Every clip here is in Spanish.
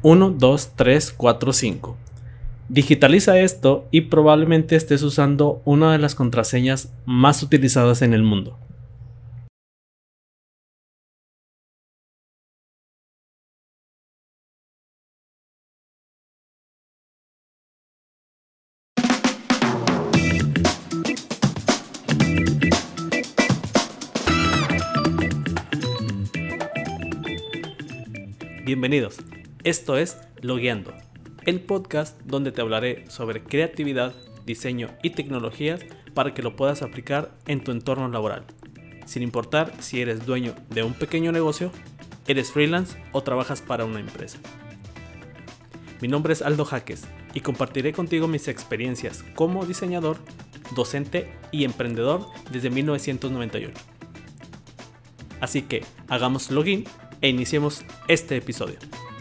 1, 2, 3, 4, 5. Digitaliza esto y probablemente estés usando una de las contraseñas más utilizadas en el mundo. Bienvenidos, esto es Logueando, el podcast donde te hablaré sobre creatividad, diseño y tecnologías para que lo puedas aplicar en tu entorno laboral, sin importar si eres dueño de un pequeño negocio, eres freelance o trabajas para una empresa. Mi nombre es Aldo Jaques y compartiré contigo mis experiencias como diseñador, docente y emprendedor desde 1998. Así que hagamos login e iniciemos este episodio.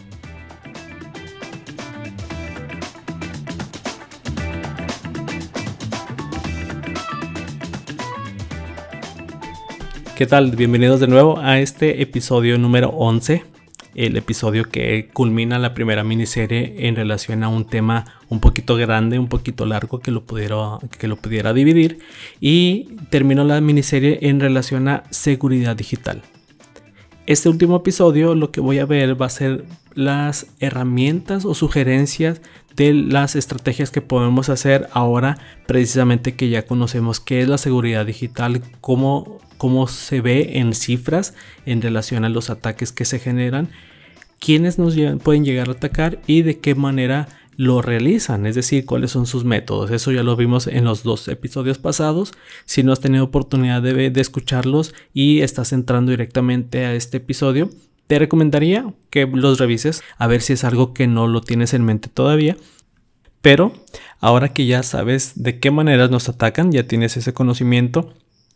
¿Qué tal? Bienvenidos de nuevo a este episodio número 11, el episodio que culmina la primera miniserie en relación a un tema un poquito grande, un poquito largo que lo pudiera dividir, y terminó la miniserie en relación a seguridad digital. Este último episodio lo que voy a ver va a ser las herramientas o sugerencias de las estrategias que podemos hacer ahora, precisamente que ya conocemos qué es la seguridad digital, cómo se ve en cifras en relación a los ataques que se generan, quiénes nos pueden llegar a atacar y de qué manera lo realizan, es decir, cuáles son sus métodos. Eso ya lo vimos en los 2 episodios pasados. Si no has tenido oportunidad de escucharlos y estás entrando directamente a este episodio, te recomendaría que los revises a ver si es algo que no lo tienes en mente todavía. Pero ahora que ya sabes de qué maneras nos atacan, ya tienes ese conocimiento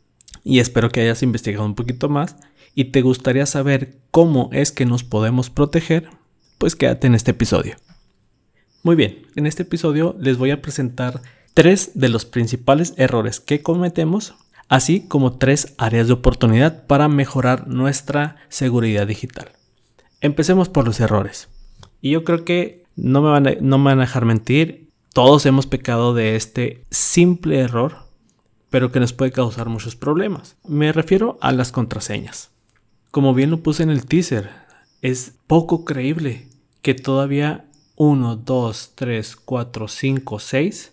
y espero que hayas investigado un poquito más y te gustaría saber cómo es que nos podemos proteger, pues quédate en este episodio. Muy bien, en este episodio les voy a presentar 3 de los principales errores que cometemos, así como 3 áreas de oportunidad para mejorar nuestra seguridad digital. Empecemos por los errores. Y yo creo que no me van a dejar mentir, todos hemos pecado de este simple error, pero que nos puede causar muchos problemas. Me refiero a las contraseñas. Como bien lo puse en el teaser, es poco creíble que todavía 1, 2, 3, 4, 5, 6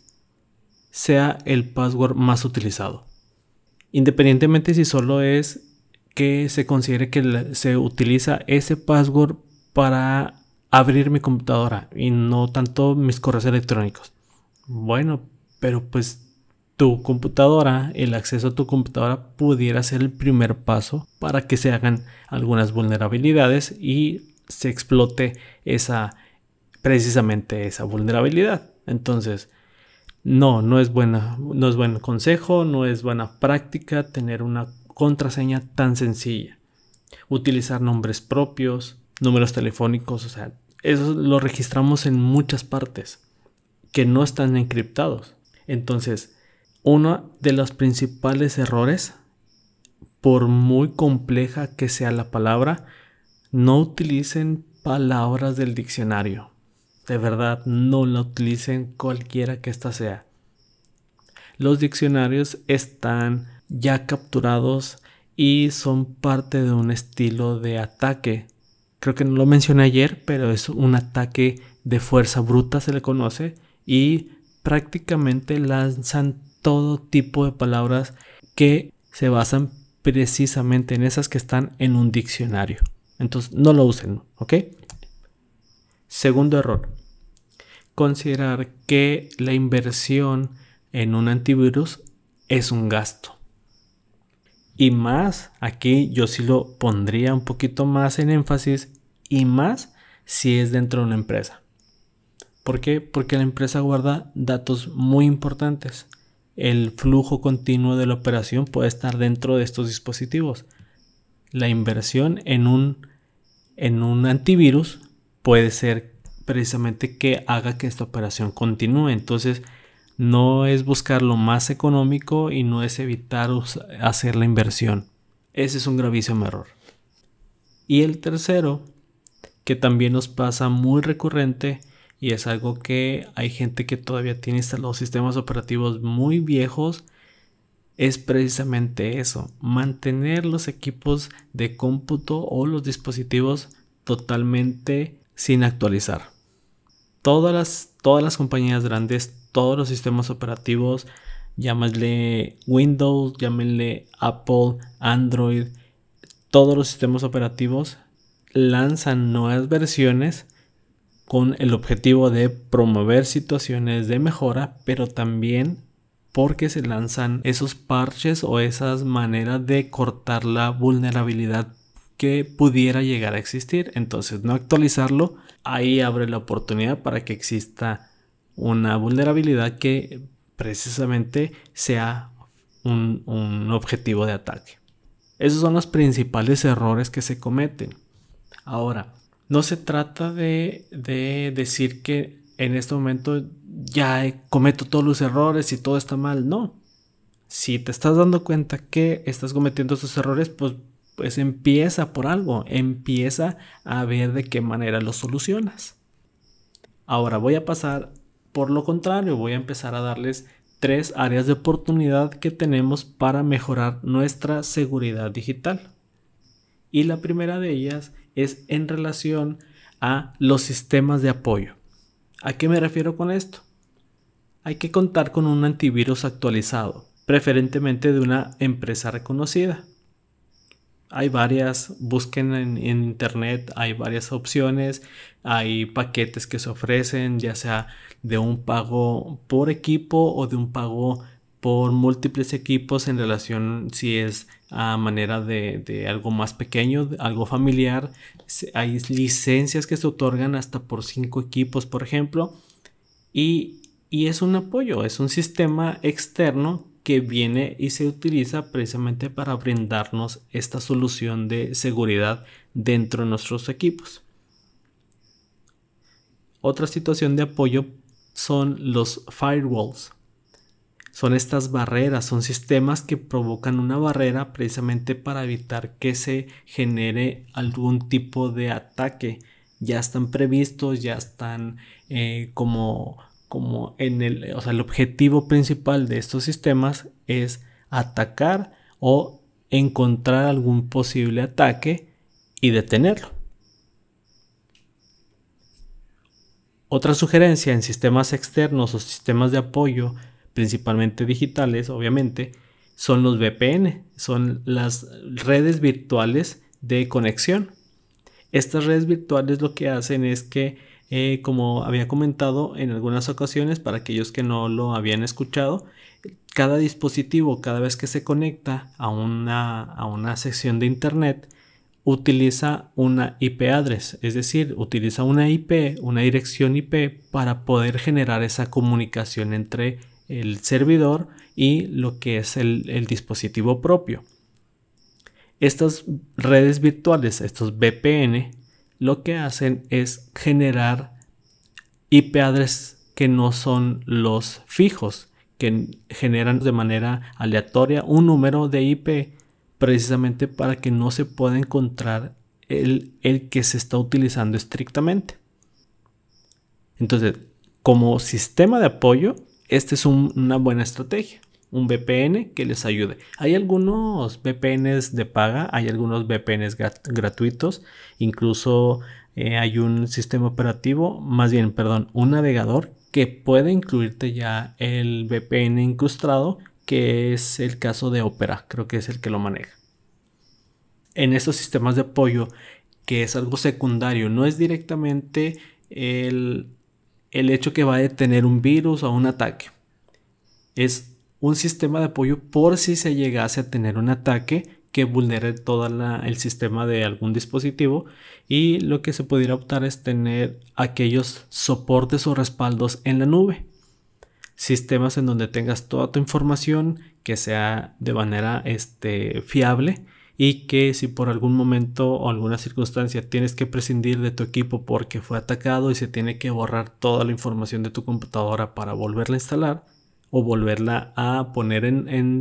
sea el password más utilizado. Independientemente si solo es que se considere que se utiliza ese password para abrir mi computadora y no tanto mis correos electrónicos. Bueno, pero pues tu computadora, el acceso a tu computadora pudiera ser el primer paso para que se hagan algunas vulnerabilidades y se explote precisamente esa vulnerabilidad. Entonces, no es buen consejo, no es buena práctica tener una contraseña tan sencilla. Utilizar nombres propios, números telefónicos, o sea, eso lo registramos en muchas partes que no están encriptados. Entonces, uno de los principales errores, por muy compleja que sea la palabra, no utilicen palabras del diccionario. De verdad, no la utilicen cualquiera que ésta sea. Los diccionarios están ya capturados y son parte de un estilo de ataque. Creo que no lo mencioné ayer, pero es un ataque de fuerza bruta, se le conoce, y prácticamente lanzan todo tipo de palabras que se basan precisamente en esas que están en un diccionario. Entonces, no lo usen, ¿ok? Segundo error, considerar que la inversión en un antivirus es un gasto. Y más, aquí yo sí lo pondría un poquito más en énfasis, y más si es dentro de una empresa. ¿Por qué? Porque la empresa guarda datos muy importantes. El flujo continuo de la operación puede estar dentro de estos dispositivos. La inversión en un antivirus puede ser precisamente que haga que esta operación continúe. Entonces, no es buscar lo más económico y no es evitar hacer la inversión. Ese es un gravísimo error. Y el tercero que también nos pasa muy recurrente y es algo que hay gente que todavía tiene instalados sistemas operativos muy viejos, es precisamente eso, mantener los equipos de cómputo o los dispositivos totalmente sin actualizar. Todas las compañías grandes, todos los sistemas operativos, llámale Windows, llámale Apple, Android, todos los sistemas operativos lanzan nuevas versiones con el objetivo de promover situaciones de mejora, pero también porque se lanzan esos parches o esas maneras de cortar la vulnerabilidad que pudiera llegar a existir. Entonces, no actualizarlo, ahí abre la oportunidad para que exista una vulnerabilidad que precisamente sea un objetivo de ataque. Esos son los principales errores que se cometen. Ahora, no se trata de decir que en este momento ya cometo todos los errores y todo está mal. No. Si te estás dando cuenta que estás cometiendo esos errores, pues empieza por algo. Empieza a ver de qué manera los solucionas. Ahora voy a pasar por lo contrario. Voy a empezar a darles 3 áreas de oportunidad que tenemos para mejorar nuestra seguridad digital. Y la primera de ellas es en relación a los sistemas de apoyo. ¿A qué me refiero con esto? Hay que contar con un antivirus actualizado, preferentemente de una empresa reconocida. Hay varias, busquen en internet, hay varias opciones, hay paquetes que se ofrecen, ya sea de un pago por equipo o de un pago por múltiples equipos en relación si es a manera de algo más pequeño, algo familiar. Hay licencias que se otorgan hasta por 5 equipos, por ejemplo, y es un apoyo, es un sistema externo que viene y se utiliza precisamente para brindarnos esta solución de seguridad dentro de nuestros equipos. Otra situación de apoyo son los firewalls. Son estas barreras, son sistemas que provocan una barrera precisamente para evitar que se genere algún tipo de ataque. Ya están previstos, ya están como en el objetivo principal de estos sistemas es atacar o encontrar algún posible ataque y detenerlo. Otra sugerencia en sistemas externos o sistemas de apoyo, principalmente digitales, obviamente, son los VPN, son las redes virtuales de conexión. Estas redes virtuales lo que hacen es que, como había comentado en algunas ocasiones, para aquellos que no lo habían escuchado, cada dispositivo, cada vez que se conecta a una sección de internet, utiliza una IP address, es decir, utiliza una IP, una dirección IP para poder generar esa comunicación entre el servidor y lo que es el dispositivo propio. Estas redes virtuales, estos VPN, lo que hacen es generar IP address que no son los fijos, que generan de manera aleatoria un número de IP precisamente para que no se pueda encontrar el que se está utilizando estrictamente. Entonces, como sistema de apoyo, esta es una buena estrategia, un VPN que les ayude. Hay algunos VPNs de paga, hay algunos VPNs gratuitos, incluso hay un sistema operativo, un navegador que puede incluirte ya el VPN incrustado, que es el caso de Opera, creo que es el que lo maneja. En estos sistemas de apoyo, que es algo secundario, no es directamente el hecho que va a detener un virus o un ataque. Es un sistema de apoyo por si se llegase a tener un ataque que vulnere todo el sistema de algún dispositivo, y lo que se pudiera optar es tener aquellos soportes o respaldos en la nube. Sistemas en donde tengas toda tu información que sea de manera fiable, y que si por algún momento o alguna circunstancia tienes que prescindir de tu equipo porque fue atacado y se tiene que borrar toda la información de tu computadora para volverla a instalar o volverla a poner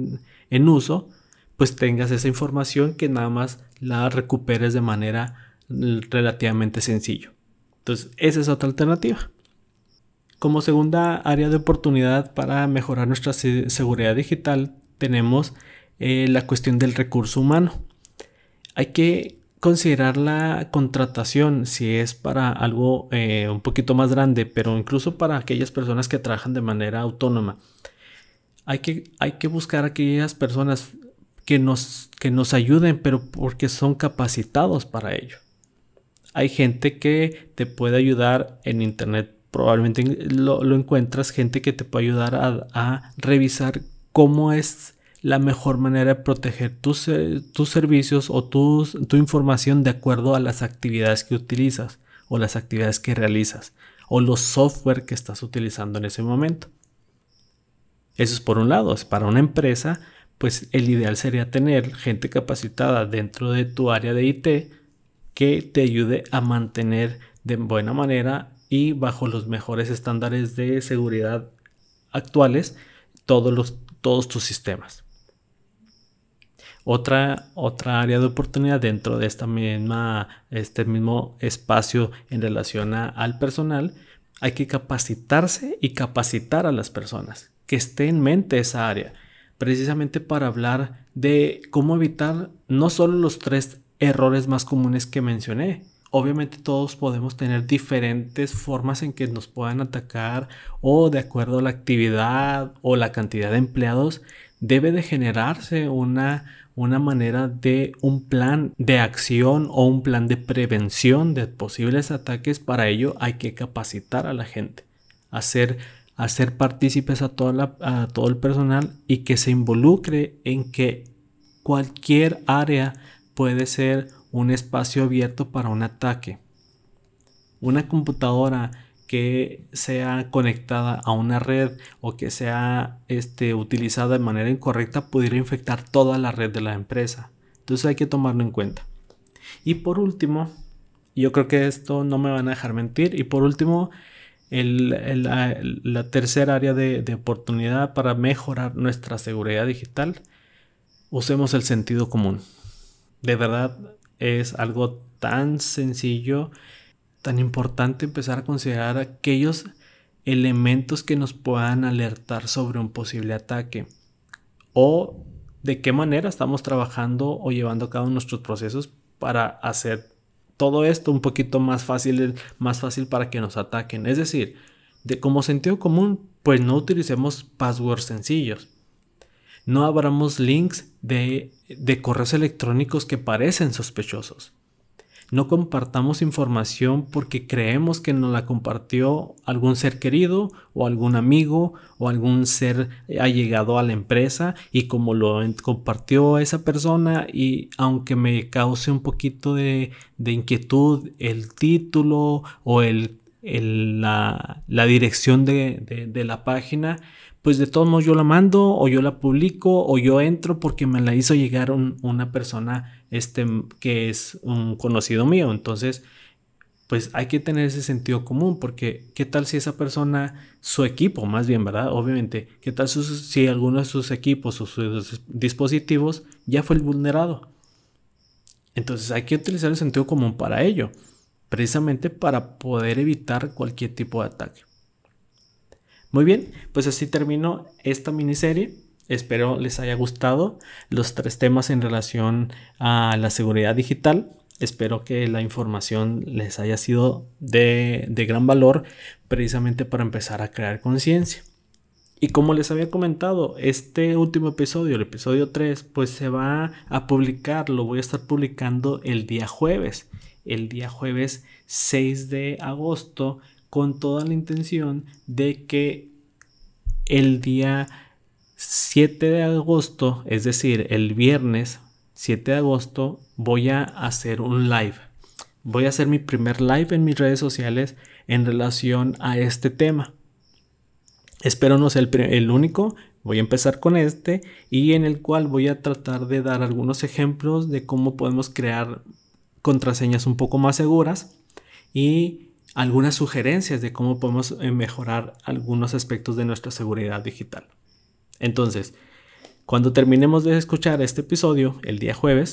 en uso, pues tengas esa información, que nada más la recuperes de manera relativamente sencillo. Entonces, esa es otra alternativa. Como segunda área de oportunidad para mejorar nuestra seguridad digital, tenemos la cuestión del recurso humano. Hay que considerar la contratación si es para algo un poquito más grande, pero incluso para aquellas personas que trabajan de manera autónoma. Hay que buscar aquellas personas que nos ayuden, pero porque son capacitados para ello. Hay gente que te puede ayudar en internet. Probablemente lo encuentras, gente que te puede ayudar a revisar cómo es la mejor manera de proteger tus servicios o tu información de acuerdo a las actividades que utilizas o las actividades que realizas o los software que estás utilizando en ese momento. Eso es por un lado. Es para una empresa, pues el ideal sería tener gente capacitada dentro de tu área de IT que te ayude a mantener de buena manera y bajo los mejores estándares de seguridad actuales todos tus sistemas. Otra área de oportunidad dentro de este mismo espacio en relación al personal, hay que capacitarse y capacitar a las personas, que esté en mente esa área, precisamente para hablar de cómo evitar no solo los 3 errores más comunes que mencioné. Obviamente todos podemos tener diferentes formas en que nos puedan atacar o de acuerdo a la actividad o la cantidad de empleados debe de generarse una manera de un plan de acción o un plan de prevención de posibles ataques. Para ello hay que capacitar a la gente, hacer partícipes a todo el personal y que se involucre en que cualquier área puede ser un espacio abierto para un ataque. Una computadora que sea conectada a una red o que sea utilizada de manera incorrecta pudiera infectar toda la red de la empresa. Entonces hay que tomarlo en cuenta. Y por último, yo creo que esto no me van a dejar mentir, y por último, la tercera área de oportunidad para mejorar nuestra seguridad digital, usemos el sentido común. De verdad es algo tan sencillo, tan importante empezar a considerar aquellos elementos que nos puedan alertar sobre un posible ataque o de qué manera estamos trabajando o llevando a cabo nuestros procesos para hacer todo esto un poquito más fácil para que nos ataquen. Es decir, como sentido común, pues no utilicemos passwords sencillos. No abramos links de correos electrónicos que parecen sospechosos. No compartamos información porque creemos que nos la compartió algún ser querido o algún amigo o algún ser allegado a la empresa, y como lo compartió esa persona, y aunque me cause un poquito de inquietud el título o la dirección de la página, pues de todos modos yo la mando o yo la publico o yo entro porque me la hizo llegar una persona que es un conocido mío. Entonces, pues hay que tener ese sentido común, porque ¿qué tal si esa persona, su equipo más bien, ¿verdad? Obviamente, ¿qué tal si alguno de sus equipos o sus dispositivos ya fue el vulnerado? Entonces hay que utilizar el sentido común para ello, precisamente para poder evitar cualquier tipo de ataque. Muy bien, pues así termino esta miniserie. Espero les haya gustado los 3 temas en relación a la seguridad digital. Espero que la información les haya sido de gran valor, precisamente para empezar a crear conciencia. Y como les había comentado, este último episodio, el episodio 3, pues se va a publicar, lo voy a estar publicando el día jueves 6 de agosto, con toda la intención de que el día 7 de agosto, es decir, el viernes 7 de agosto, voy a hacer un live. Voy a hacer mi primer live en mis redes sociales en relación a este tema. Espero no ser el único. Voy a empezar con y en el cual voy a tratar de dar algunos ejemplos de cómo podemos crear contraseñas un poco más seguras y algunas sugerencias de cómo podemos mejorar algunos aspectos de nuestra seguridad digital. Entonces, cuando terminemos de escuchar este episodio el día jueves,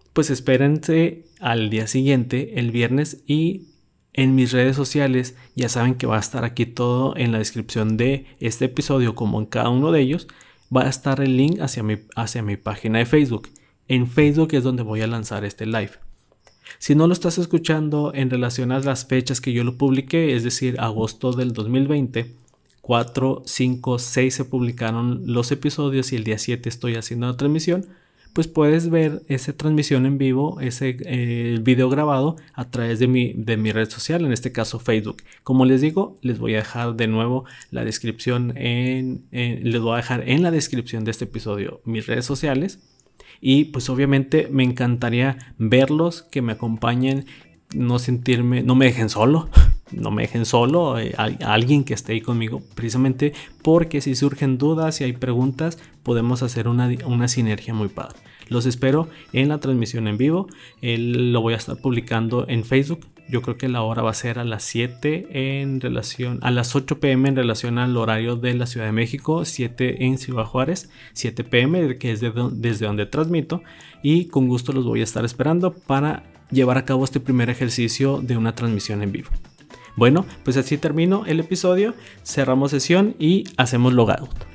pues espérense al día siguiente, el viernes, y en mis redes sociales ya saben que va a estar aquí todo en la descripción de este episodio, como en cada uno de ellos, va a estar el link hacia mi página de Facebook. En Facebook es donde voy a lanzar este live. Si no lo estás escuchando en relación a las fechas que yo lo publiqué, es decir, agosto del 2020, 4, 5, 6 se publicaron los episodios y el día 7 estoy haciendo la transmisión, pues puedes ver esa transmisión en vivo, ese video grabado a través de mi red social, en este caso Facebook. Como les digo, les voy a dejar de nuevo la descripción les voy a dejar en la descripción de este episodio mis redes sociales. Y pues obviamente me encantaría verlos, que me acompañen, no me dejen solo. No me dejen solo, alguien que esté ahí conmigo, precisamente porque si surgen dudas, si hay preguntas, podemos hacer una sinergia muy padre. Los espero en la transmisión en vivo. Lo voy a estar publicando en Facebook. Yo creo que la hora va a ser a las 7 a las 8 p.m. en relación al horario de la Ciudad de México, 7 en Ciudad Juárez, 7 p.m. que es desde donde transmito, y con gusto los voy a estar esperando para llevar a cabo este primer ejercicio de una transmisión en vivo. Bueno, pues así termino el episodio, cerramos sesión y hacemos logout.